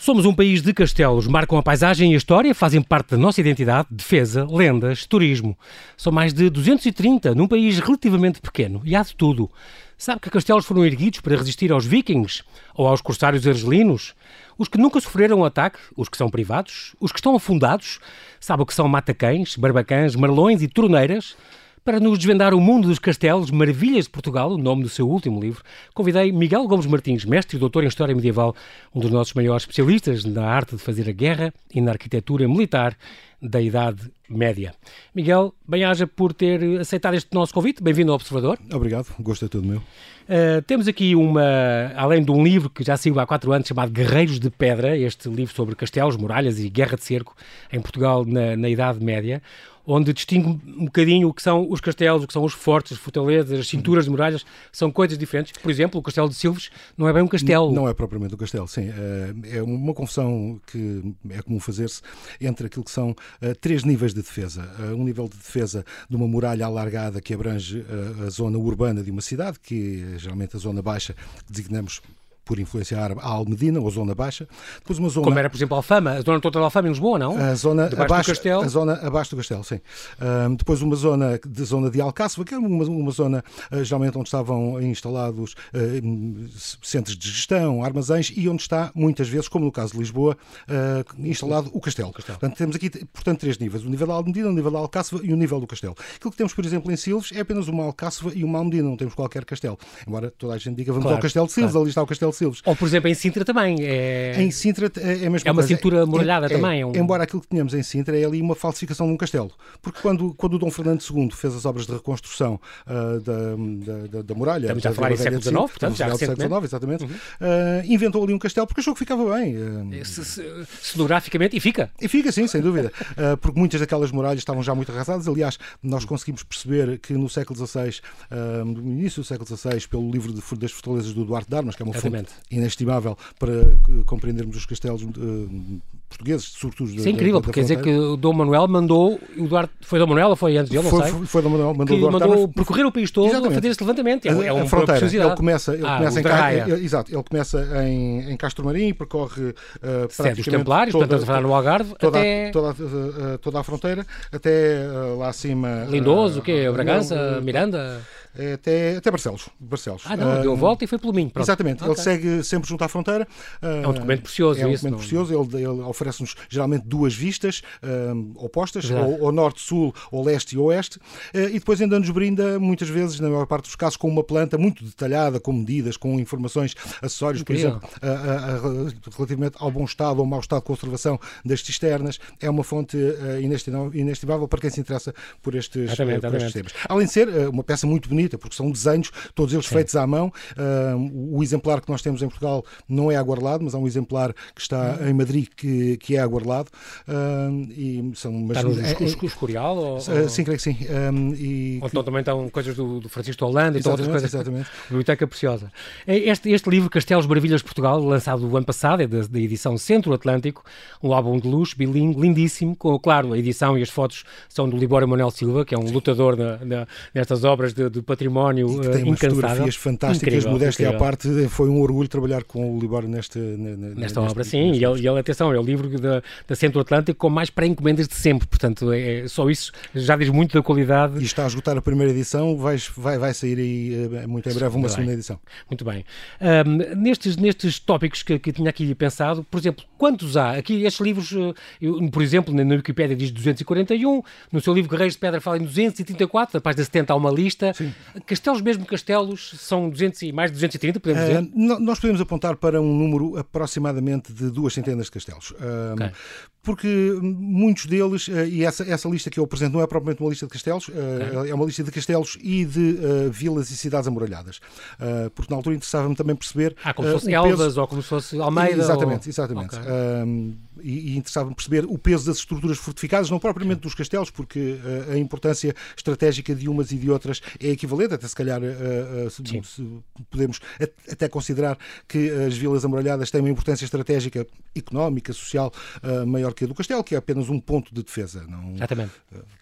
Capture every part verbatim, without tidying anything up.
Somos um país de castelos, marcam a paisagem e a história, fazem parte da nossa identidade, defesa, lendas, turismo. São mais de duzentos e trinta num país relativamente pequeno e há de tudo. Sabe que castelos foram erguidos para resistir aos vikings ou aos corsários argelinos? Os que nunca sofreram um ataque, os que são privados, os que estão afundados, sabe o que são matacães, barbacãs, marlões e torneiras? Para nos desvendar o mundo dos castelos, Maravilhas de Portugal, o nome do seu último livro, convidei Miguel Gomes Martins, mestre e doutor em História Medieval, um dos nossos maiores especialistas na arte de fazer a guerra e na arquitetura militar da Idade Média. Miguel, bem-aja por ter aceitado este nosso convite. Bem-vindo ao Observador. Obrigado, gosto é todo meu. Uh, temos aqui uma, além de um livro que já saiu há quatro anos, chamado Guerreiros de Pedra, este livro sobre castelos, muralhas e guerra de cerco em Portugal na, na Idade Média, onde distingue um bocadinho o que são os castelos, o que são os fortes, as fortalezas, as cinturas de muralhas, são coisas diferentes. Por exemplo, o Castelo de Silves não é bem um castelo. Não é propriamente um castelo, sim. É uma confusão que é comum fazer-se entre aquilo que são três níveis de defesa. Um nível de defesa de uma muralha alargada que abrange a zona urbana de uma cidade, que é geralmente a zona baixa, que designamos por influência árabe, a Almedina, ou Zona Baixa. Depois uma zona... Como era, por exemplo, a Alfama, a zona toda da Alfama em Lisboa, não? A zona debaixo abaixo, do castelo. A zona abaixo do castelo, sim. Um, depois uma zona de zona de Alcáçova, que é uma, uma zona uh, geralmente onde estavam instalados uh, centros de gestão, armazéns, e onde está, muitas vezes, como no caso de Lisboa, uh, instalado o castelo. o castelo. Portanto, temos aqui, portanto, três níveis. O nível da Almedina, o nível da Alcáçova e o nível do castelo. Aquilo que temos, por exemplo, em Silves é apenas uma Alcáçova e uma Almedina, não temos qualquer castelo. Embora toda a gente diga, vamos claro, ao Castelo de Silves, claro. Ali está o Castelo de Silves. Ou, por exemplo, em Sintra também. É... Em Sintra é a mesma É uma coisa. cintura muralhada é, também. É um... Embora aquilo que tínhamos em Sintra é ali uma falsificação de um castelo. Porque quando, quando o Dom Fernando segundo fez as obras de reconstrução uh, da, da, da muralha... Estamos a falar em século dezenove, portanto, já recentemente. século dezenove, exatamente. Uhum. Uh, inventou ali um castelo porque achou que ficava bem. Uh, Cenograficamente, e fica. E fica, sim, sem dúvida. Uh, porque muitas daquelas muralhas estavam já muito arrasadas. Aliás, nós conseguimos perceber que no século dezasseis, uh, no início do século dezasseis, pelo livro de, das fortalezas do Duarte de Armas, que é uma fonte inestimável para compreendermos os castelos uh, portugueses, sobretudo. Isso é incrível, porque quer dizer que o Dom Manuel mandou, o Duarte, foi Dom Manuel ou foi antes dele, não foi, sei? Foi, foi Dom Manuel, mandou, que Duarte mandou Armas, percorrer o país todo exatamente. A fazer este levantamento. É, é a, uma a fronteira. Ele começa, ele ah, começa em Carraia. Exato, ele começa em, em Castro Marim, percorre uh, praticamente os Templários, toda, portanto, a falar no Algarve, toda, até... toda, toda, uh, toda a fronteira, até uh, lá acima... Lindoso, uh, o quê? Uh, Bragança, uh, Miranda... Até, até Barcelos, Barcelos. Ah, não, deu a volta e foi pelo Minho. Pronto. Exatamente, okay. Ele segue sempre junto à fronteira. É um documento precioso. É um isso, documento não... precioso, ele, ele oferece-nos geralmente duas vistas um, opostas, ou, ou norte-sul, ou leste e oeste, uh, e depois ainda nos brinda, muitas vezes, na maior parte dos casos, com uma planta muito detalhada, com medidas, com informações, acessórios, Incrível. por exemplo, uh, uh, uh, relativamente ao bom estado ou mau estado de conservação das cisternas. É uma fonte uh, inestimável para quem se interessa por estes, exatamente, uh, por estes exatamente. temas. Além de ser uh, uma peça muito bonita, porque são desenhos todos eles Sim. feitos à mão. Uh, o exemplar que nós temos em Portugal não é aguarlado, mas há um exemplar que está hum. em Madrid que, que é aguarlado. Uh, e são umas, está no é, é, Escorial? Ou, uh, sim, creio que sim. Um, e, ou então também estão coisas do, do Francisco de Holanda e todas as coisas. Exatamente. Biblioteca preciosa. Este, este livro, Castelos Maravilhas de Portugal, lançado o ano passado, é da, da edição Centro-Atlântico, um álbum de luxo, bilingue, lindíssimo, com, claro, a edição e as fotos são do Libório Manuel Silva, que é um lutador na, na, nestas obras de, de património e que tem umas fotografias fantásticas, incrível, modéstia incrível. à parte, foi um orgulho trabalhar com o Libório nesta, nesta obra, sim, e ele, e ele, atenção, é o livro da, da Centro-Atlântico com mais pré-encomendas de sempre, portanto, é, é, só isso já diz muito da qualidade. E está a esgotar a primeira edição, vai, vai, vai sair aí muito em breve uma muito segunda bem. edição. Muito bem. Um, nestes, nestes tópicos que, que tinha aqui pensado, por exemplo, quantos há? Aqui estes livros, eu, por exemplo, na Wikipédia diz duzentos e quarenta e um, no seu livro Guerreiros de Pedra fala em duzentos e trinta e quatro, na página setenta há uma lista. Sim. Castelos, mesmo castelos, são duzentos e, mais de duzentos e trinta, podemos dizer? Uh, nós podemos apontar para um número aproximadamente de duas centenas de castelos. Uh, okay. Porque muitos deles, uh, e essa, essa lista que eu apresento não é propriamente uma lista de castelos, uh, okay. é uma lista de castelos e de uh, vilas e cidades amuralhadas. Uh, porque na altura interessava-me também perceber... Ah, como se fosse uh, Elvas peso... ou como se fosse Almeida? Exatamente, ou... exatamente. Okay. Uh, e, e interessava-me perceber o peso das estruturas fortificadas, não propriamente dos castelos, porque uh, a importância estratégica de umas e de outras é equivalente, até se calhar uh, uh, se, se podemos até considerar que as vilas amuralhadas têm uma importância estratégica, económica, social, uh, maior que a do castelo, que é apenas um ponto de defesa. Não, exatamente. Uh,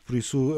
Por isso,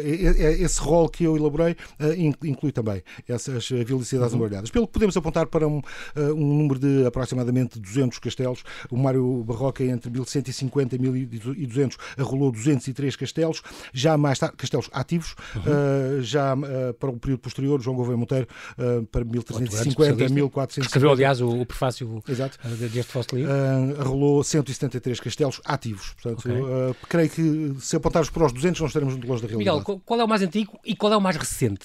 esse rol que eu elaborei inclui também essas vilas e cidades amuralhadas. Pelo que podemos apontar para um, um número de aproximadamente duzentos castelos. O Mário Barroca, entre mil cento e cinquenta e mil e duzentos, arrolou duzentos e três castelos, já mais tarde, castelos ativos, uhum. uh, já uh, para o período posterior, João Gouveia Monteiro, uh, para mil trezentos e cinquenta a mil quatrocentos e cinquenta. Escreveu, aliás, o, o prefácio Exato. deste vosso livro. Uh, arrolou cento e setenta e três castelos ativos. Portanto, okay. uh, creio que se apontarmos para os duzentos, não estaremos muito longe da realidade. Miguel, qual é o mais antigo e qual é o mais recente?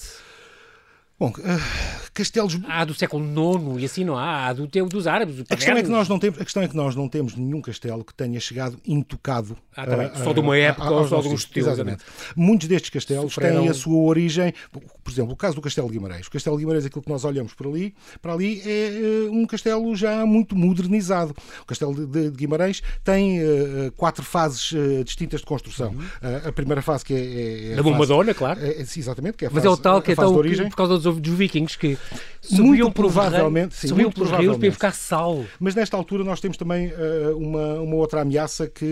Bom, uh, castelos... Há do século nono e assim não há, há do tempo dos árabes. A questão, é que nós não temos, a questão é que nós não temos nenhum castelo que tenha chegado intocado. Ah, tá bem. Uh, só de uma época ou só de uns estilos. Exatamente. Muitos destes castelos Sofreram... têm a sua origem, por exemplo, o caso do Castelo de Guimarães. O Castelo de Guimarães, aquilo que nós olhamos por ali, para ali, é uh, um castelo já muito modernizado. O Castelo de, de Guimarães tem uh, quatro fases uh, distintas de construção. Uhum. Uh, a primeira fase que é... é da Bombadona, claro. É, é, exatamente, que é a Mas fase, é o tal que é tão, de origem. Que, por causa dos, dos vikings que subiam muito provavelmente, rei, sim, subiam muito pelos provavelmente. rios para ir buscar sal. Mas nesta altura nós temos também uh, uma, uma outra ameaça que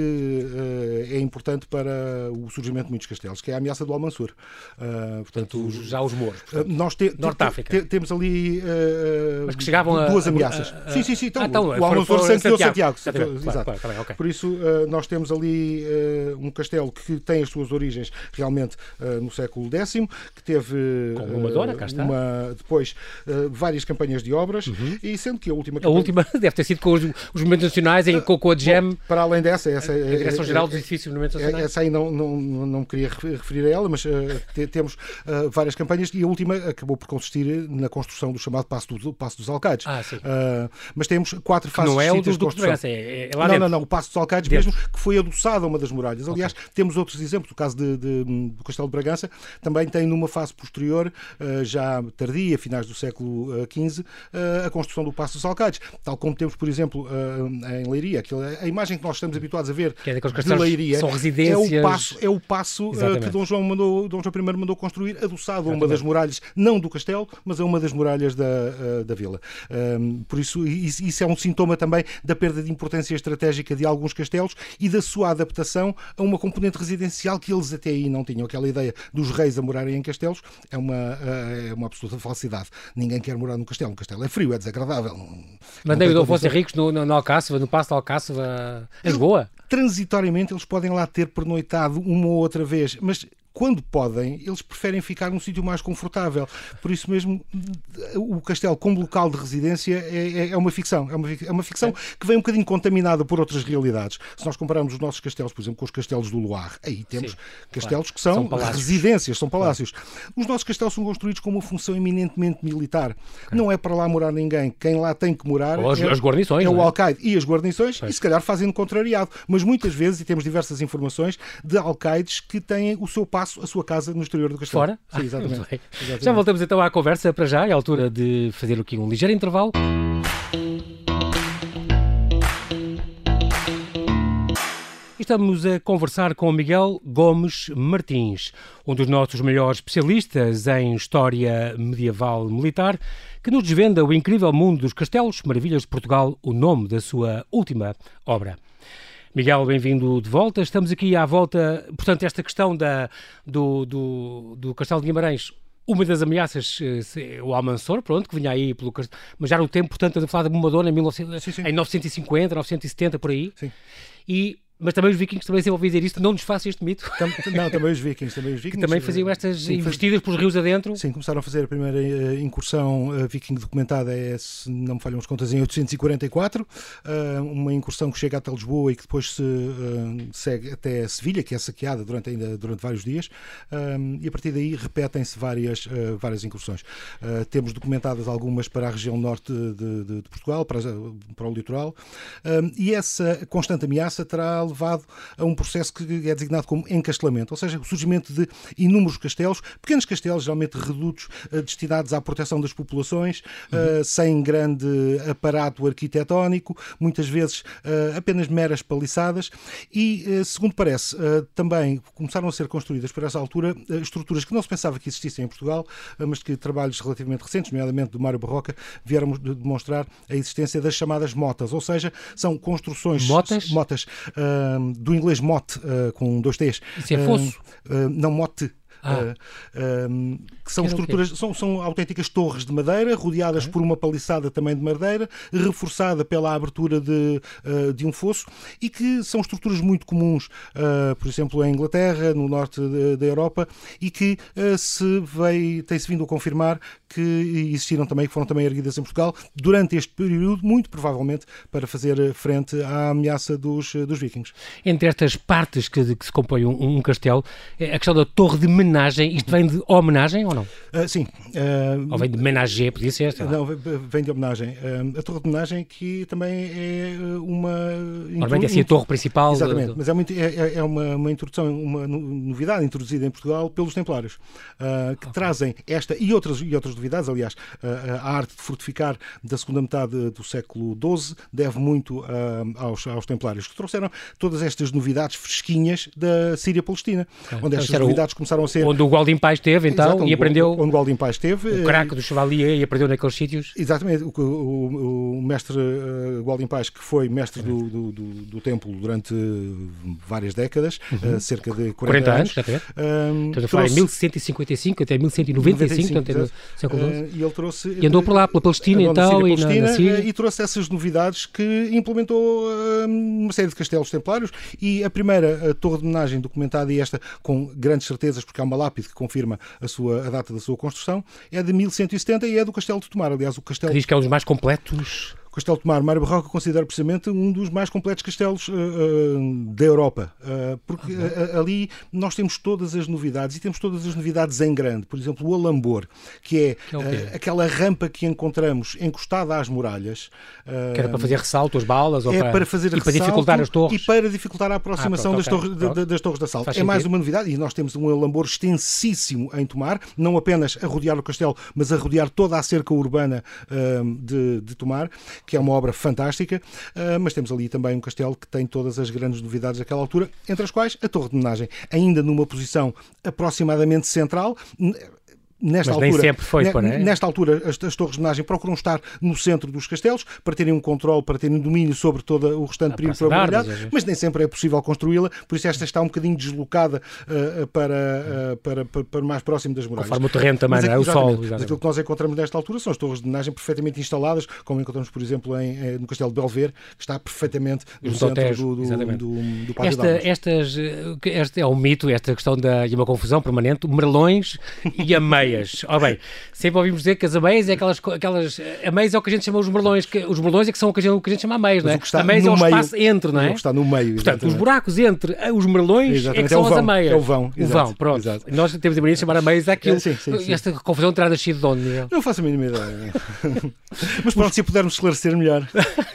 uh, é importante para o surgimento de muitos castelos, que é a ameaça do Al-Mansur. Uh, portanto, os, já os mouros. Portanto, uh, nós te, Norte te, África. Te, temos ali uh, Mas que chegavam duas a, ameaças. A, a, a, sim, sim, sim. Então, ah, então, o Al-Mansur santiou Santiago. Santiago. Claro, Exato. Claro, claro, okay. Por isso uh, nós temos ali uh, um castelo que tem as suas origens realmente uh, no século décimo, que teve com uma Dora, uh, cá está. Uma, depois uh, várias campanhas de obras, uhum. e sendo que a última... A última deve ter sido com os, os monumentos nacionais, em, com, com a GEM. Bom, para além dessa... essa a Direção-Geral dos Edifícios e Monumentos Nacionais. Essa aí não, não, não me queria referir a ela, mas uh, te, temos uh, várias campanhas, e a última acabou por consistir na construção do chamado Passo, do, Passo dos Alcaides. Ah, sim. Uh, mas temos quatro que fases não é o distintas do, de construção. Do é, é lá não, dentro. não, não, o Passo dos Alcaides dentro. Mesmo, que foi adoçado a uma das muralhas. Aliás, okay. temos outros exemplos. O caso de, de, do Castelo de Bragança também tem numa fase posterior, uh, já tardia, finais do século quinze, uh, a construção do Passo dos Alcaides. Tal como temos, por exemplo, uh, em Leiria, aquilo, a imagem que nós estamos habituados a ver que é de Leiria são residências... é o passo, é o passo uh, que Dom João, mandou, Dom João I mandou construir, adoçado a uma das muralhas, não do castelo, mas a uma das muralhas da, uh, da vila. Um, por isso, isso, isso é um sintoma também da perda de importância estratégica de alguns castelos e da sua adaptação a uma componente residencial que eles até aí não tinham. Aquela ideia dos reis a morarem em castelos é uma, uh, é uma absoluta falsidade. Ninguém quer morar num castelo. Um castelo é frio, é desagradável. Mandei o Dom Afonso Henriques no, no, no Alcáçova, no Passo de Alcáçova, em Lisboa. Transitoriamente eles podem lá ter pernoitado uma ou outra vez, mas quando podem, eles preferem ficar num sítio mais confortável. Por isso mesmo, o castelo como local de residência é, é uma ficção. É uma, é uma ficção é. que vem um bocadinho contaminada por outras realidades. Se nós compararmos os nossos castelos, por exemplo, com os castelos do Loire, aí temos Sim, castelos claro. que são, são residências, são palácios. Claro. Os nossos castelos são construídos com uma função eminentemente militar. Okay. Não é para lá morar ninguém. Quem lá tem que morar Ou as, é, as guarnições, é o é? alcaide e as guarnições, Pois. e se calhar fazem no contrariado. Mas muitas vezes, e temos diversas informações, de alcaides que têm o seu passo, a sua casa no exterior do castelo. Fora? Sim, exatamente. Ah, exatamente. Já voltamos então à conversa para já, é a altura de fazer aqui um ligeiro intervalo. Estamos a conversar com Miguel Gomes Martins, um dos nossos maiores especialistas em história medieval militar, que nos desvenda o incrível mundo dos castelos, maravilhas de Portugal, o nome da sua última obra. Miguel, bem-vindo de volta. Estamos aqui à volta, portanto, esta questão da, do, do, do Castelo de Guimarães, uma das ameaças, o Almansor, pronto, que vinha aí pelo castelo, mas já no tempo, portanto, estamos a falar de Bombadona em, mil e novecentos, sim, sim. em novecentos e cinquenta, novecentos e setenta, por aí. Sim. E... Mas também os vikings também sempre ouvi dizer isto, não desfaça este mito. Não, também os vikings. Também, os vikings, que também faziam estas sim, investidas pelos rios adentro. Sim, começaram a fazer a primeira uh, incursão uh, viking documentada, é, se não me falham as contas, em oitocentos e quarenta e quatro. Uh, uma incursão que chega até Lisboa e que depois se uh, segue até Sevilha, que é saqueada durante, ainda, durante vários dias. Uh, e a partir daí repetem-se várias, uh, várias incursões. Uh, temos documentadas algumas para a região norte de, de, de Portugal, para, para o litoral. Uh, e essa constante ameaça terá levado a um processo que é designado como encastelamento, ou seja, o surgimento de inúmeros castelos, pequenos castelos, geralmente redutos, uh, destinados à proteção das populações, uhum. uh, sem grande aparato arquitetónico, muitas vezes uh, apenas meras paliçadas e, uh, segundo parece, uh, também começaram a ser construídas por essa altura uh, estruturas que não se pensava que existissem em Portugal, uh, mas que trabalhos relativamente recentes, nomeadamente do Mário Barroca, vieram demonstrar a existência das chamadas motas, ou seja, são construções... Motas? Motas. Uh, uh, do inglês motte, uh, com dois T's. Isso é fosso? Uh, uh, não, motte. Ah. Uh, um, que são estruturas, são, são autênticas torres de madeira, rodeadas ah. por uma paliçada também de madeira, reforçada pela abertura de, uh, de um fosso, e que são estruturas muito comuns, uh, por exemplo, em Inglaterra, no norte da Europa, e que uh, se veio, tem-se vindo a confirmar que existiram também, que foram também erguidas em Portugal durante este período, muito provavelmente para fazer frente à ameaça dos, dos vikings. Entre estas partes que, que se compõem um, um castelo, a questão da torre de menagem, isto vem de homenagem ou não? Uh, sim. Uh, ou vem de menager, podia ser? Não, vem de homenagem. Uh, a torre de menagem que também é uma... Normalmente é assim a torre principal. Exatamente, do... mas é, muito, é, é uma, uma introdução, uma novidade introduzida em Portugal pelos Templários, uh, que okay. trazem esta e outras, e outras novidades. Aliás, uh, a arte de fortificar da segunda metade do século doze deve muito uh, aos, aos Templários, que trouxeram todas estas novidades fresquinhas da Síria-Palestina, okay. onde estas então, novidades o, começaram a ser... Onde o Gualdin Paz esteve, então, Exato, e aprendeu... Onde o Gualdin Paz esteve. O craque do Chevalier e aprendeu naqueles sítios. Exatamente. O, o, o mestre uh, Gualdin Paz, que foi mestre do, do, do, do templo durante várias décadas, uhum. uh, cerca de quarenta anos. quarenta anos, um, Estamos a falar em mil seiscentos e cinquenta e cinco até mil cento e noventa e cinco, portanto, no século doze. Uh, e ele trouxe... E andou por lá, pela Palestina, então, e, na, na Síria. E trouxe essas novidades que implementou uh, uma série de castelos templários, e a primeira a torre de homenagem documentada, e esta com grandes certezas, porque há uma lápide que confirma a, sua, a data da sua construção, é de mil cento e setenta e é do Castelo de Tomar. Aliás, o castelo... Que diz que é um dos mais completos... O Castelo de Tomar, Mário Barroca considera precisamente um dos mais completos castelos uh, uh, da Europa, uh, porque uhum. uh, ali nós temos todas as novidades, e temos todas as novidades em grande. Por exemplo, o Alambor, que é, que é uh, aquela rampa que encontramos encostada às muralhas. Uh, que era para fazer ressalto as balas? Ou é para, para fazer e para dificultar as torres? E para dificultar a aproximação ah, pronto, das, okay. torres, de, das torres de assalto. Faz é mais sentido. Uma novidade, e nós temos um Alambor extensíssimo em Tomar, não apenas a rodear o castelo, mas a rodear toda a cerca urbana uh, de, de Tomar, que é uma obra fantástica. Fantástica, uh, mas temos ali também um castelo que tem todas as grandes novidades daquela altura, entre as quais a torre de homenagem, ainda numa posição aproximadamente central. Nesta Mas altura, nem sempre foi, pô, né? Nesta altura, as, as torres de homenagem procuram estar no centro dos castelos para terem um controle, para terem um domínio sobre todo o restante período de probabilidade, mas nem sempre é possível construí-la, por isso esta está um bocadinho deslocada uh, para, uh, para, para, para mais próximo das muralhas. Conforme o terreno também, mas, não é? O sol. Mas aquilo que nós encontramos nesta altura são as torres de homenagem perfeitamente instaladas, como encontramos, por exemplo, em, no Castelo de Belver, que está perfeitamente no Junto centro do, do, do, do, do Pátio esta, estas, Este é um mito, esta questão da, e uma confusão permanente, merlões e ameias. Ó oh, bem, sempre ouvimos dizer que as ameias é aquelas, aquelas... Ameias é o que a gente chama os merlões, que, os merlões é que são o que a gente, o que a gente chama ameias, não é? Ameias é o meio, espaço entre, não é? O que está no meio. Portanto, exatamente. Os buracos entre os merlões exatamente. É que são é as vão, ameias. É o vão. O vão, pronto. Exato. Nós temos a mania de chamar ameias àquilo. É, sim, sim, sim. Esta confusão terá nascido de onde, Miguel? Não faço a mínima ideia. Mas pronto, os... se pudermos esclarecer melhor.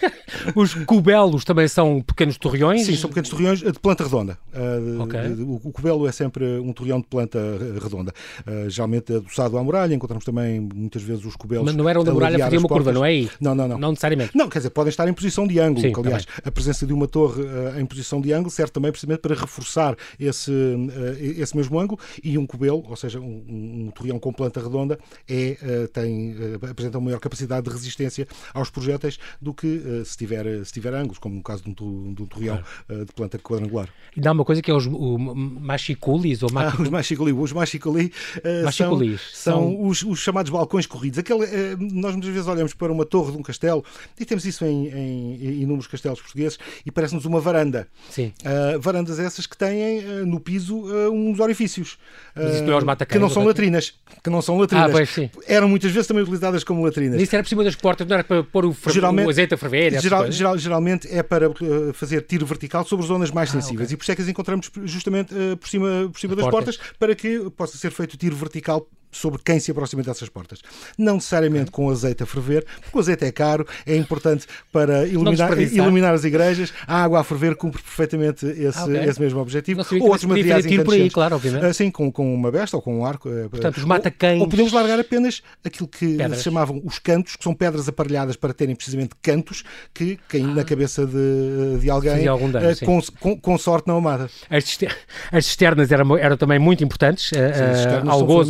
Os cubelos também são pequenos torreões? Sim, são pequenos torreões de planta redonda. Uh, okay. de, de, o, o cubelo é sempre um torreão de planta redonda. Uh, geralmente adoçado à muralha, encontramos também muitas vezes os cubelos. Mas não era onde a muralha fazia uma portas. Curva, não é aí? Não, não, não. Não necessariamente. Não, quer dizer, podem estar em posição de ângulo. Sim, que, aliás, também. A presença de uma torre uh, em posição de ângulo serve também precisamente para reforçar esse, uh, esse mesmo ângulo, e um cubelo, ou seja, um, um, um torreão com planta redonda, é, uh, tem, uh, apresenta uma maior capacidade de resistência aos projéteis do que uh, se, tiver, se tiver ângulos, como no caso de um, de um torreão uh, de planta quadrangular. E dá uma coisa que é os o, machiculis, ou machiculis. Ah, os machiculi. Os machiculi uh, são, são, são os, os chamados balcões corridos. Aquele, uh, nós muitas vezes olhamos para uma torre de um castelo, e temos isso em, em, em inúmeros castelos portugueses, e parece-nos uma varanda. Sim. Uh, varandas essas que têm uh, no piso uh, uns orifícios. Uh, Mas isso não é os matacães, que não são latrinas. Que não são latrinas. Ah, pois, sim. Eram muitas vezes também utilizadas como latrinas. Isso era por cima das portas, não era para pôr o, o azeite a ferver? Geral, geral, geralmente é para uh, fazer tiro vertical sobre zonas mais ah, sensíveis. Okay. E por isso é que as encontramos justamente uh, por cima, por cima das portas. portas, para que possa ser feito tiro vertical sobre quem se aproxima dessas portas. Não necessariamente okay. com azeite a ferver, porque o azeite é caro, é importante para iluminar, iluminar as igrejas. A água a ferver cumpre perfeitamente esse, ah, okay. esse mesmo objetivo. Ou outros materiais tiro por aí, claro, obviamente. Assim, com, com uma besta ou com um arco. Portanto, os matacães... Ou, ou podemos largar apenas aquilo que pedras. Se chamavam os cantos, que são pedras aparelhadas para terem precisamente cantos que caem ah. na cabeça de, de alguém dano, uh, com, com, com sorte não amada. As cisternas eram, eram também muito importantes. Sim, uh, Algoz, por exemplo, tive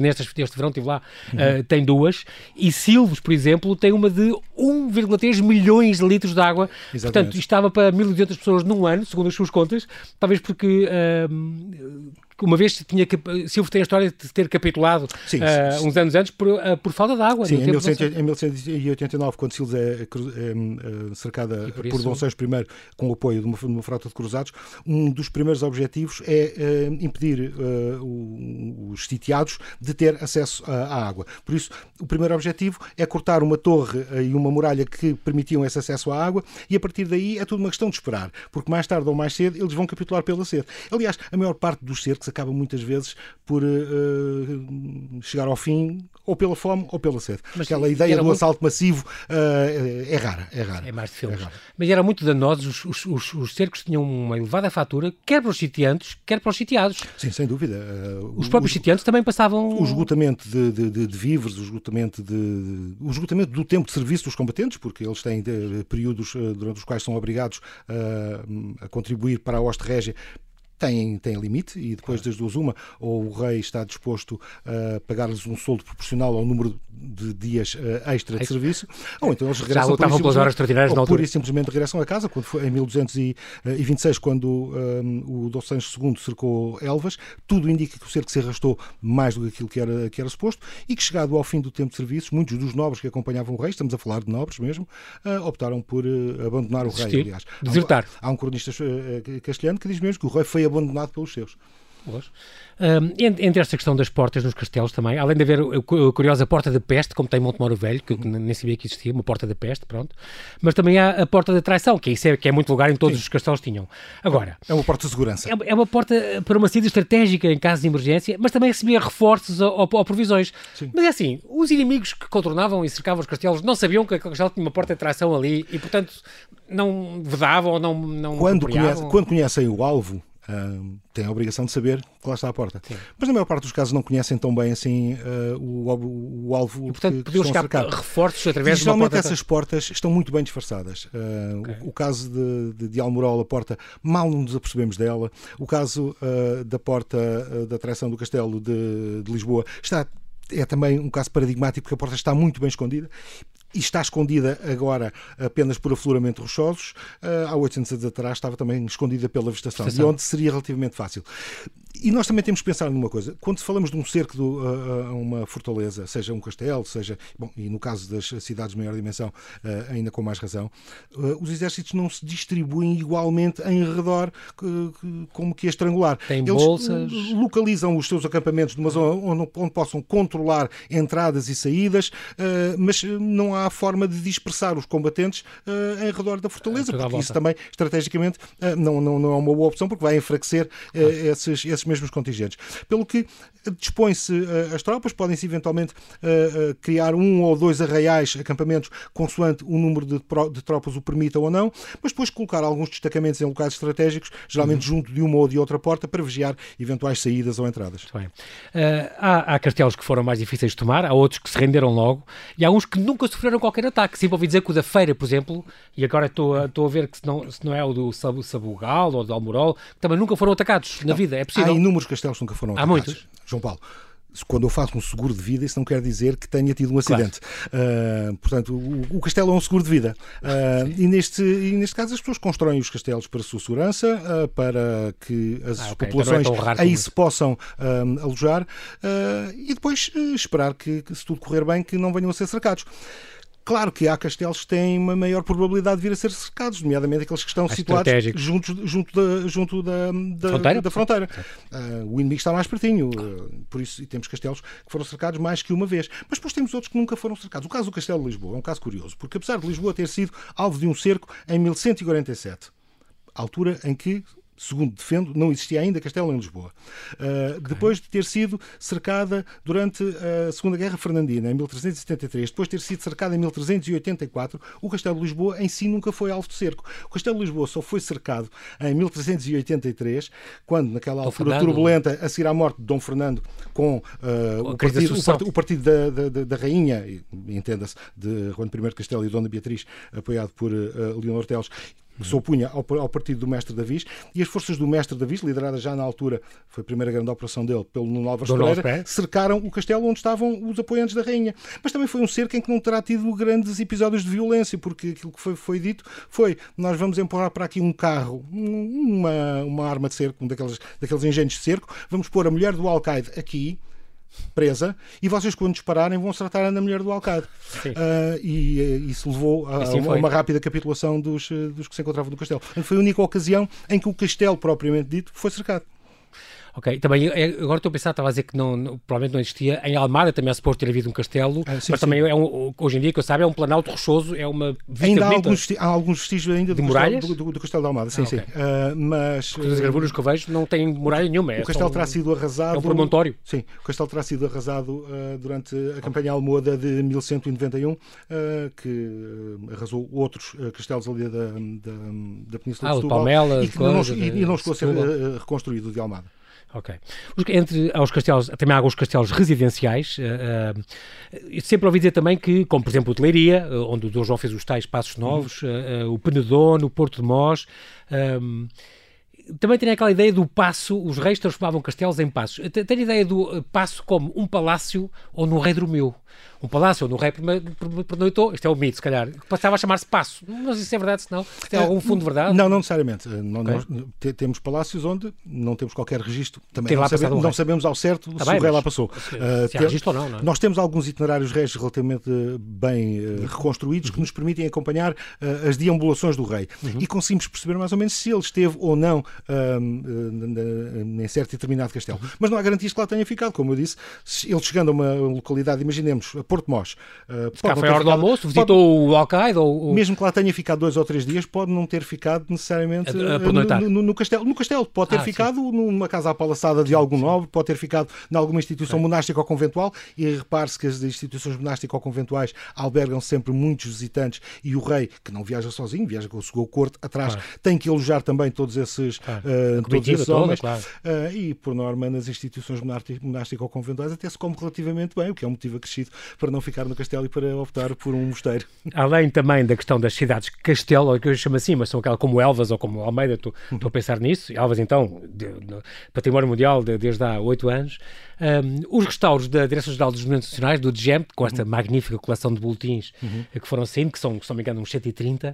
nestas, neste verão estive lá, uhum. uh, tem duas, e Silves, por exemplo, tem uma de um vírgula três milhões de litros de água. Exatamente. Portanto, isto estava para mil e duzentas pessoas num ano, segundo as suas contas, talvez porque... Uh, uma vez tinha, Silves tem a história de ter capitulado sim, uh, sim, uns anos antes por, uh, por falta de água. Sim, em, mil e novecentos e oitenta e nove, quando Silves é, é, é cercada por, por Dom Sancho I, com o apoio de uma, de uma frota de cruzados, um dos primeiros objetivos é uh, impedir uh, os sitiados de ter acesso à, à água. Por isso, o primeiro objetivo é cortar uma torre uh, e uma muralha que permitiam esse acesso à água, e a partir daí é tudo uma questão de esperar, porque mais tarde ou mais cedo eles vão capitular pela sede. Aliás, a maior parte dos cercos acaba muitas vezes por uh, chegar ao fim ou pela fome ou pela sede. Mas aquela ideia do muito... assalto massivo uh, é rara, é rara. É mais de filmes. É Mas era muito danosos, os, os, os cercos tinham uma elevada fatura, quer para os sitiantes, quer para os sitiados. Sim, sem dúvida. Uh, os próprios o, sitiantes também passavam... O esgotamento de, de, de, de víveres, o esgotamento, de, o esgotamento do tempo de serviço dos combatentes, porque eles têm de, períodos uh, durante os quais são obrigados uh, a contribuir para a hoste régia, Tem, tem limite, e depois das duas uma, ou o rei está disposto a pagar-lhes um soldo proporcional ao número de dias uh, extra de Ex serviço, ou então eles regressam, já lutavam pelas horas extraordinárias na altura. Pura e simplesmente regressam a casa, quando foi em mil duzentos e vinte e seis, quando um, o Dom Sancho segundo cercou Elvas. Tudo indica que o cerco se arrastou mais do que aquilo que era, que era suposto, e que, chegado ao fim do tempo de serviços, muitos dos nobres que acompanhavam o rei, estamos a falar de nobres mesmo, uh, optaram por uh, abandonar o rei, aliás. Desertar. Há um, há um cronista uh, castelhano que diz mesmo que o rei foi abandonado pelos seus. Um, entre esta questão das portas nos castelos também, além de haver a curiosa porta da peste, como tem Montemoro Velho, que eu nem sabia que existia, uma porta da peste, pronto, mas também há a porta da traição, que, isso é, que é muito lugar em todos Sim. os castelos tinham. Agora, é uma porta de segurança. É, é uma porta para uma saída estratégica em caso de emergência, mas também recebia reforços ou, ou, ou provisões. Sim. Mas é assim, os inimigos que contornavam e cercavam os castelos não sabiam que o castelo tinha uma porta de traição ali e, portanto, não vedavam ou não, não quando, conhece, quando conhecem o alvo, Uh, têm a obrigação de saber que lá está a porta. Sim. Mas na maior parte dos casos não conhecem tão bem assim uh, o, o, o alvo. E, portanto, que, podiam chegar reforços através e, de uma porta. Geralmente essas portas estão muito bem disfarçadas. Uh, okay. o, o caso de, de, de Almorol, a porta, mal não nos apercebemos dela. O caso uh, da porta uh, da traição do castelo de, de Lisboa está, é também um caso paradigmático, porque a porta está muito bem escondida. E está escondida agora apenas por afloramento rochosos. Uh, há oitocentos anos atrás estava também escondida pela vegetação, de onde seria relativamente fácil. E nós também temos que pensar numa coisa. Quando falamos de um cerco do, a, a uma fortaleza, seja um castelo, seja, bom, e no caso das cidades de maior dimensão, uh, ainda com mais razão, uh, os exércitos não se distribuem igualmente em redor, uh, como que a estrangular. Tem Eles bolsas. localizam os seus acampamentos numa zona onde, onde possam controlar entradas e saídas, uh, mas não há forma de dispersar os combatentes uh, em redor da fortaleza, é, porque isso também, estrategicamente, uh, não, não, não é uma boa opção, porque vai enfraquecer uh, ah. esses, esses mesmos contingentes. Pelo que dispõe-se uh, as tropas, podem-se eventualmente uh, uh, criar um ou dois arraiais, acampamentos, consoante o número de, de tropas o permita ou não, mas depois colocar alguns destacamentos em locais estratégicos, geralmente uhum. junto de uma ou de outra porta, para vigiar eventuais saídas ou entradas. Muito bem. Uh, há, há castelos que foram mais difíceis de tomar, há outros que se renderam logo, e há uns que nunca sofreram qualquer ataque. Sempre ouvi dizer que o da Feira, por exemplo, e agora estou a, estou a ver que se não, se não é o do Sabugal ou do Almorol, que também nunca foram atacados na não, vida, é possível? Há inúmeros castelos que nunca foram atacados. Há muitos. João Paulo, quando eu faço um seguro de vida, isso não quer dizer que tenha tido um acidente. Claro. Uh, portanto, o, o castelo é um seguro de vida. Uh, e, neste, e neste caso as pessoas constroem os castelos para a sua segurança, uh, para que as ah, okay. populações então é aí se possam uh, alojar uh, e depois uh, esperar que, que, se tudo correr bem, que não venham a ser cercados. Claro que há castelos que têm uma maior probabilidade de vir a ser cercados, nomeadamente aqueles que estão As situados junto, junto, da, junto da, da fronteira. Da fronteira. Uh, o inimigo está mais pertinho, uh, por isso e temos castelos que foram cercados mais que uma vez. Mas depois temos outros que nunca foram cercados. O caso do Castelo de Lisboa é um caso curioso, porque apesar de Lisboa ter sido alvo de um cerco em mil cento e quarenta e sete, altura em que, segundo defendo, não existia ainda castelo em Lisboa. Uh, okay. Depois de ter sido cercada durante a Segunda Guerra Fernandina, em mil trezentos e setenta e três, depois de ter sido cercada em mil trezentos e oitenta e quatro, o Castelo de Lisboa em si nunca foi alvo de cerco. O Castelo de Lisboa só foi cercado em mil trezentos e oitenta e três, quando, naquela Dom altura Fernando. turbulenta, a seguir à morte de Dom Fernando, com uh, o, partido, o, partido, o partido da, da, da Rainha, entenda-se, de Juan I de Castelo e Dona Beatriz, apoiado por uh, Leonor Teles, que se opunha ao, ao partido do Mestre Davis, e as forças do Mestre Davis, lideradas já na altura, foi a primeira grande operação dele, pelo Nuno Álvares Pereira, cercaram o castelo onde estavam os apoiantes da rainha. Mas também foi um cerco em que não terá tido grandes episódios de violência, porque aquilo que foi, foi dito foi: nós vamos empurrar para aqui um carro, uma, uma arma de cerco, um daqueles, daqueles engenhos de cerco, vamos pôr a mulher do alcaide aqui, presa, e vocês, quando dispararem, vão acertar na mulher do alcaide. Uh, e uh, isso levou a, assim a uma rápida capitulação dos, dos que se encontravam no castelo. Foi a única ocasião em que o castelo, propriamente dito, foi cercado. Ok, também agora estou a pensar, estava a dizer que não, não, provavelmente não existia. Em Almada também é suposto ter havido um castelo, ah, sim, mas sim. também é um, hoje em dia, que eu saiba, é um planalto rochoso, é uma ainda há alguns, há alguns vestígios ainda de do, muralhas? Castelo, do, do castelo de Almada, sim, ah, sim. Okay. Uh, mas Porque as gravuras que eu vejo não têm muralha nenhuma. É o castelo um, terá sido arrasado. É um promontório. Sim, o castelo terá sido arrasado uh, durante a campanha Almohada de mil cento e noventa e um, uh, que uh, arrasou outros uh, castelos ali da, da, da Península ah, de Setúbal, Palmela, e que não, e, e não chegou a ser uh, reconstruído de Almada. Ok. Entre os castelos, também há alguns castelos residenciais. Uh, uh, sempre ouvi dizer também que, como por exemplo o de Leiria, uh, onde o Dom João fez os tais Passos Novos, uh, uh, o Penedono, o Porto de Mós. Um, também tem aquela ideia do paço, os reis transformavam castelos em passos. Tenho a ideia do paço como um palácio onde o rei dormiu. Um palácio onde o rei pernoitou, isto é o mito, se calhar, passava a chamar-se paço. Não sei se é verdade, se não. Se tem algum fundo de verdade. Não, não necessariamente. Não, okay. Nós temos palácios onde não temos qualquer registro. Também tem não, lá sabe, um não sabemos ao certo tá se bem, o rei lá passou. Se, uh, se há registro ou não, não é? Nós temos alguns itinerários reis relativamente bem uh, reconstruídos, uhum, que nos permitem acompanhar uh, as deambulações do rei. Uhum. E conseguimos perceber mais ou menos se ele esteve ou não uh, em certo e determinado castelo. Uhum. Mas não há garantias que lá tenha ficado. Como eu disse, ele chegando a uma localidade, imaginemos, a Porto Mós, Uh, se cá foi a hora do almoço, visitou pode, o Alcaide ou... Mesmo que lá tenha ficado dois ou três dias, pode não ter ficado necessariamente a, a no, no, no castelo. No castelo pode ter ah, ficado sim. numa casa apalaçada de algum nobre, pode ter ficado em alguma instituição é. monástica ou conventual, e repare-se que as instituições monásticas ou conventuais albergam sempre muitos visitantes, e o rei, que não viaja sozinho, viaja com o seu corte atrás, claro. tem que alojar também todos esses, claro. uh, todos esses toda, homens, claro. uh, e por norma nas instituições monásticas ou conventuais até se come relativamente bem, o que é um motivo acrescido para não ficar no castelo e para optar por um mosteiro. Além também da questão das cidades castelo, ou que eu chamo assim, mas são aquelas como Elvas ou como Almeida, estou uhum. a pensar nisso. Elvas, então, de, de, património mundial de, desde há oito anos. Um, os restauros da Direção-Geral dos Monumentos Nacionais, do D G E M, com esta uhum. magnífica coleção de boletins uhum. que foram saindo, que são, se não me engano, uns cento e trinta.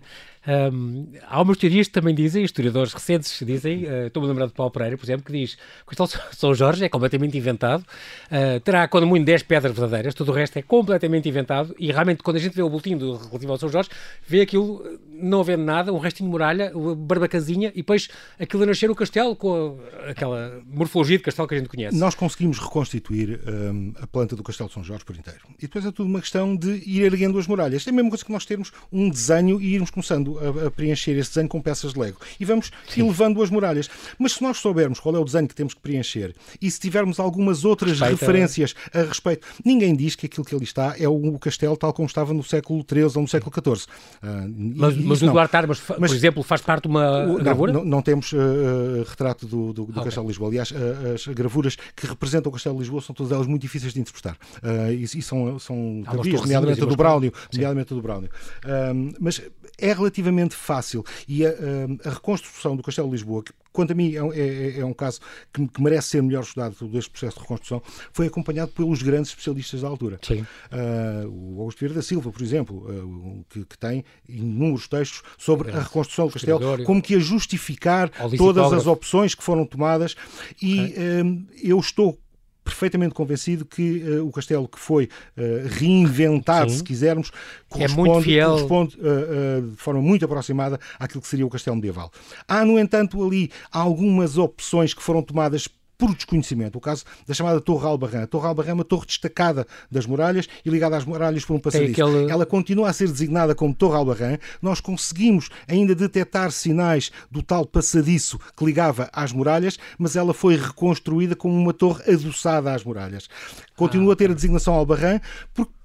Um, há umas teorias que também dizem, historiadores recentes dizem, uh, estou-me a lembrar de Paulo Pereira, por exemplo, que diz que o Castelo São Jorge é completamente inventado, uh, terá, quando muito, dez pedras verdadeiras, tudo o resto é completamente inventado, e realmente, quando a gente vê o boletim do, relativo ao São Jorge, vê aquilo, não havendo nada, um restinho de muralha, barbacazinha, e depois aquilo a nascer o castelo, com a, aquela morfologia de castelo que a gente conhece. Nós conseguimos reconstituir um, a planta do Castelo de São Jorge por inteiro. E depois é tudo uma questão de ir erguendo as muralhas. É a mesma coisa que nós termos um desenho e irmos começando a, a preencher esse desenho com peças de Lego. E vamos Sim. elevando as muralhas. Mas se nós soubermos qual é o desenho que temos que preencher e se tivermos algumas outras Respeita. referências a respeito, ninguém diz que aquilo que ali está é o, o castelo tal como estava no século treze ou no século catorze. Uh, mas mas o Duarte Armas, mas, por exemplo, faz parte de uma o, gravura? Não, não, não temos uh, retrato do, do, do okay. Castelo de Lisboa. Aliás, uh, as gravuras que representam o Castelo de Lisboa são todas elas muito difíceis de interpretar. Uh, e, e são, são tardias, nomeadamente a do Braulio. Nomeadamente a do Braulio. Uh, mas é relativamente fácil. E a, a, a reconstrução do Castelo de Lisboa, que quanto a mim é, é, é um caso que, que merece ser melhor estudado, todo este processo de reconstrução, foi acompanhado pelos grandes especialistas da altura. Sim. Uh, o Augusto Vieira da Silva, por exemplo, uh, que, que tem inúmeros textos sobre é. a reconstrução do castelo, como que a justificar todas as opções que foram tomadas, e okay. um, eu estou perfeitamente convencido que uh, o castelo que foi uh, reinventado, Sim. se quisermos, corresponde, é muito fiel. corresponde uh, uh, de forma muito aproximada àquilo que seria o castelo medieval. Há, no entanto, ali algumas opções que foram tomadas por desconhecimento. O caso da chamada Torre Albarrã. A Torre Albarrã é uma torre destacada das muralhas e ligada às muralhas por um passadiço. Aquele... Ela continua a ser designada como Torre Albarrã. Nós conseguimos ainda detectar sinais do tal passadiço que ligava às muralhas, mas ela foi reconstruída como uma torre adoçada às muralhas. Continua ah, a ter a designação Albarrã porque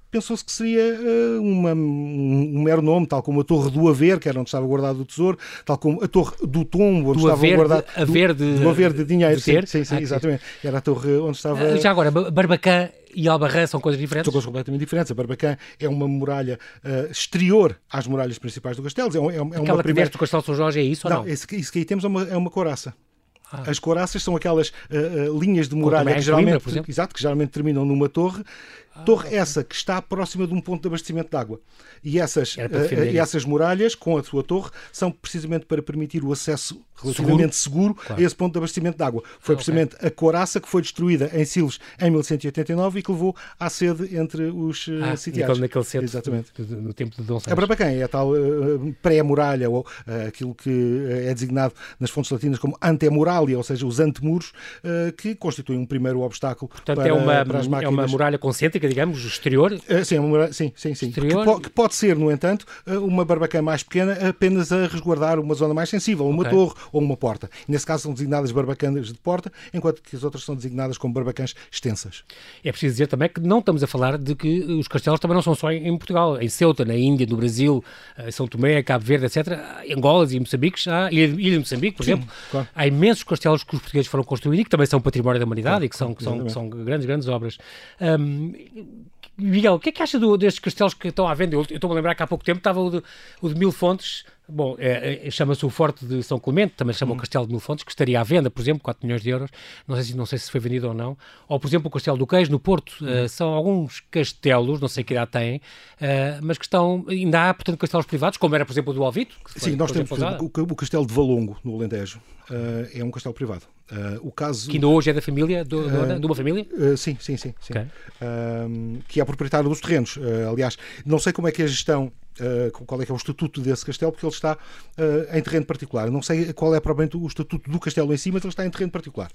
pensou-se que seria uh, uma, um, um mero nome, tal como a Torre do Haver, que era onde estava guardado o tesouro, tal como a Torre do Tombo, onde do estava haver guardado... De, haver de, do, do haver de dinheiro, de ter? sim, sim, sim ah, exatamente. Era a torre onde estava... Já agora, Barbacã e Albarrã são coisas diferentes? São coisas completamente diferentes. A Barbacã é uma muralha uh, exterior às muralhas principais do castelo. É, é, é uma Aquela primeira... que do Castelo de São Jorge é isso não, ou não? Isso, isso que aí temos é uma, é uma couraça. Ah. As couraças são aquelas uh, uh, linhas de muralha que geralmente, Coimbra, exato, que geralmente terminam numa torre. Ah, torre okay. essa que está próxima de um ponto de abastecimento de água. E essas, uh, uh, essas muralhas, com a sua torre, são precisamente para permitir o acesso relativamente seguro, seguro claro. a esse ponto de abastecimento de água. Foi ah, precisamente okay. a couraça que foi destruída em Silos em mil cento e oitenta e nove e que levou à sede entre os uh, ah, sitiados. Naquele centro, exatamente. no tempo de Dom Sancho. A Barbacã é a tal uh, pré-muralha, ou uh, aquilo que é designado nas fontes latinas como antemuralia, ou seja, os antemuros, uh, que constituem um primeiro obstáculo. Portanto, para, é, uma, para as máquinas. É uma muralha concêntrica, digamos, exterior? Uh, sim, é uma muralha, sim, sim, sim. Que, po que pode ser, no entanto, uh, uma Barbacã mais pequena apenas a resguardar uma zona mais sensível, uma okay. torre ou uma porta. Nesse caso são designadas barbacãs de porta, enquanto que as outras são designadas como barbacãs extensas. É preciso dizer também que não estamos a falar de que os castelos também não são só em Portugal. Em Ceuta, na Índia, no Brasil, São Tomé, Cabo Verde, etcétera, Angolas e Moçambique, há, Ilha de Moçambique, por Sim, exemplo, claro. há imensos castelos que os portugueses foram construindo e que também são património da humanidade claro, e que são, que são, que são grandes, grandes obras. Um, Miguel, o que é que acha do, destes castelos que estão à venda? Eu estou-me a lembrar que há pouco tempo estava o de, o de Mil Fontes. Bom, é, é, chama-se o Forte de São Clemente, também se chama hum. o Castelo de Mil Fontes, que estaria à venda, por exemplo, quatro milhões de euros. Não sei se, não sei se foi vendido ou não. Ou, por exemplo, o Castelo do Queijo, no Porto. Hum. Uh, são alguns castelos, não sei que idade têm, uh, mas que estão, ainda há, portanto, castelos privados, como era, por exemplo, o do Alvito. Que foi, Sim, nós temos o, o Castelo de Valongo, no Alentejo. Uh, é um castelo privado. Uh, o caso... Que ainda hoje é da família, do, uh, de uma família? Uh, sim, sim, sim. sim. Okay. Uh, que é proprietário dos terrenos. Uh, aliás, não sei como é que é a gestão, uh, qual é que é o estatuto desse castelo, porque ele está uh, em terreno particular. Não sei qual é propriamente o estatuto do castelo em si, mas ele está em terreno particular.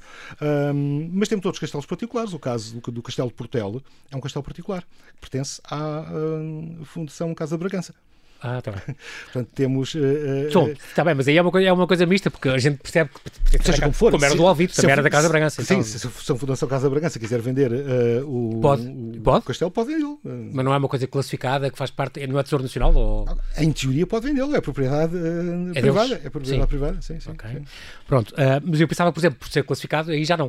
Uh, mas temos outros castelos particulares. O caso do, do Castelo de Portela é um castelo particular, que pertence à uh, Fundação Casa de Bragança. Ah, está bem. Portanto, temos... Uh, Bom, está bem, mas aí é uma, coisa, é uma coisa mista, porque a gente percebe que, seja como for, como era do Alvito, também era da Casa de Bragança. Sim, então... se a Fundação Casa de Bragança quiser vender uh, o, pode. o, pode? o castelo, pode vendê-lo. Mas não é uma coisa classificada, que faz parte... Não é Tesouro Nacional? Ou... Em teoria pode vendê-lo, é propriedade uh, é privada. Deus? É propriedade sim. privada, sim, sim. Okay. sim. Pronto, uh, mas eu pensava, por exemplo, por ser classificado, aí já não.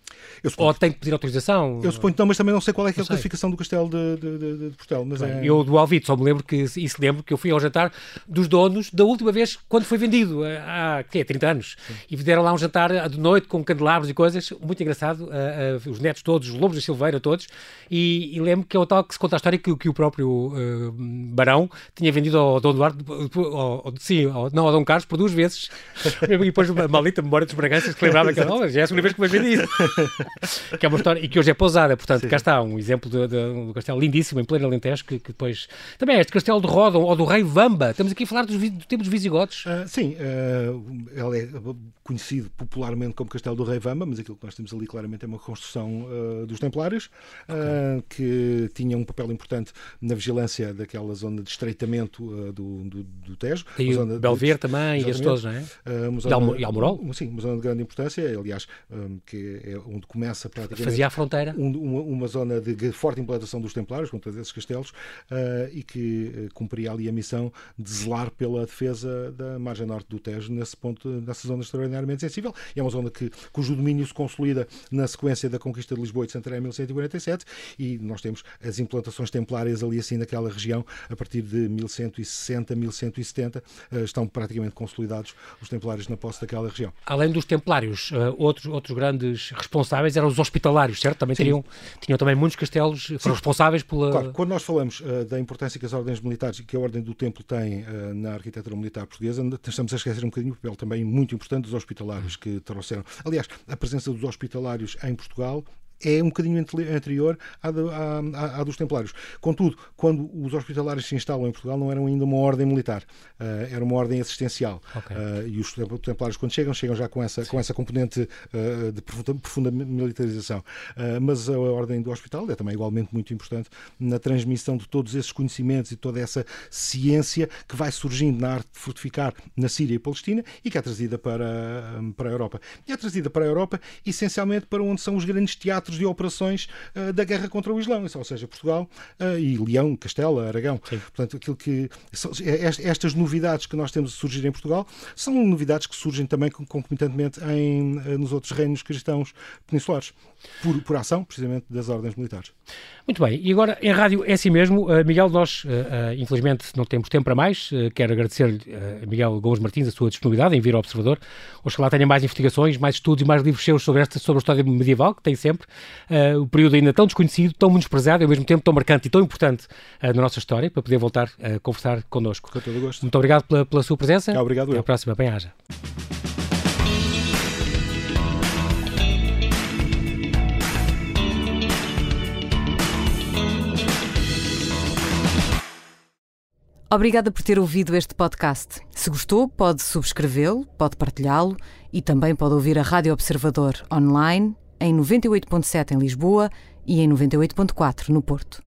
Eu suponho, ou tem que pedir autorização? Eu suponho que não, mas também não sei qual é, que é a classificação do castelo de, de, de, de Portela. Mas é... Eu do Alvito só me lembro que, isso lembro que eu fui ao jantar dos donos da última vez quando foi vendido, há que é, trinta anos. Sim. E deram lá um jantar de noite com candelabros e coisas, muito engraçado, uh, uh, os netos todos, os Lobos da Silveira todos, e, e lembro que é o tal que se conta a história que, que o próprio uh, Barão tinha vendido ao Dom Duarte, ao, ao, sim, ao, não ao Dom Carlos, por duas vezes, e depois uma maldita memória dos Braganças que lembrava que oh, já é a segunda vez que foi vendido. Que é uma história, e que hoje é pousada, portanto, sim. cá está um exemplo de, de, de um castelo lindíssimo em pleno Alentejo, que, que depois... Também é este castelo de Ródão, ou do Rei Vamba, estamos aqui a falar dos, do tempo dos visigodos. Uh, sim, uh, ele é conhecido popularmente como Castelo do Rei Vamba, mas aquilo que nós temos ali claramente é uma construção uh, dos Templários, uh, okay. que tinha um papel importante na vigilância daquela zona de estreitamento uh, do, do, do Tejo. E o Belver de, também, e estes todos, não é? Uh, zona, e Almorol? Sim, uma zona de grande importância, aliás, um, que é onde começa praticamente... Fazia a fronteira. Um, uma, uma zona de forte implantação dos Templários, com todos esses castelos, uh, e que uh, cumpria ali a missão de zelar pela defesa da margem norte do Tejo, nesse ponto, nessa zona extraordinária sensível. É uma zona que, cujo domínio se consolida na sequência da conquista de Lisboa e de Santarém em mil cento e quarenta e sete, e nós temos as implantações templárias ali assim naquela região a partir de mil cento e sessenta, mil cento e setenta, estão praticamente consolidados os templários na posse daquela região. Além dos templários, outros, outros grandes responsáveis eram os hospitalários, certo? Também teriam, tinham também muitos castelos, foram Sim. responsáveis pela... Claro, quando nós falamos uh, da importância que as ordens militares, que a Ordem do Templo tem uh, na arquitetura militar portuguesa, estamos a esquecer um bocadinho o papel também muito importante dos hospitalários que trouxeram. Aliás, a presença dos hospitalários em Portugal é um bocadinho anterior à, de, à, à dos Templários. Contudo, quando os hospitalários se instalam em Portugal, não eram ainda uma ordem militar, uh, era uma ordem assistencial. Okay. Uh, e os Templários, quando chegam, chegam já com essa, com essa componente uh, de profunda, profunda militarização. Uh, mas a ordem do hospital é também igualmente muito importante na transmissão de todos esses conhecimentos e toda essa ciência que vai surgindo na arte de fortificar na Síria e Palestina e que é trazida para, para a Europa. E é trazida para a Europa essencialmente para onde são os grandes teatros teatros de operações uh, da guerra contra o Islão, ou seja, Portugal uh, e Leão, Castela, Aragão. Sim. Portanto, aquilo que estas novidades que nós temos a surgir em Portugal são novidades que surgem também concomitantemente em, nos outros reinos cristãos peninsulares, por, por ação, precisamente, das ordens militares. Muito bem, e agora em rádio é assim mesmo. Uh, Miguel, nós uh, uh, infelizmente não temos tempo para mais. Uh, quero agradecer-lhe, uh, Miguel Gomes Martins, a sua disponibilidade em vir ao Observador. Oxalá tenha mais investigações, mais estudos e mais livros seus sobre, esta, sobre a história medieval, que tem sempre. Uh, o período ainda tão desconhecido, tão menosprezado e ao mesmo tempo tão marcante e tão importante uh, na nossa história, para poder voltar a conversar connosco. Com todo o gosto. Muito obrigado pela, pela sua presença. Ah, obrigado. Até eu. à próxima. Bem-aja. Obrigada por ter ouvido este podcast. Se gostou, pode subscrevê-lo, pode partilhá-lo e também pode ouvir a Rádio Observador online em noventa e oito ponto sete em Lisboa e em noventa e oito ponto quatro no Porto.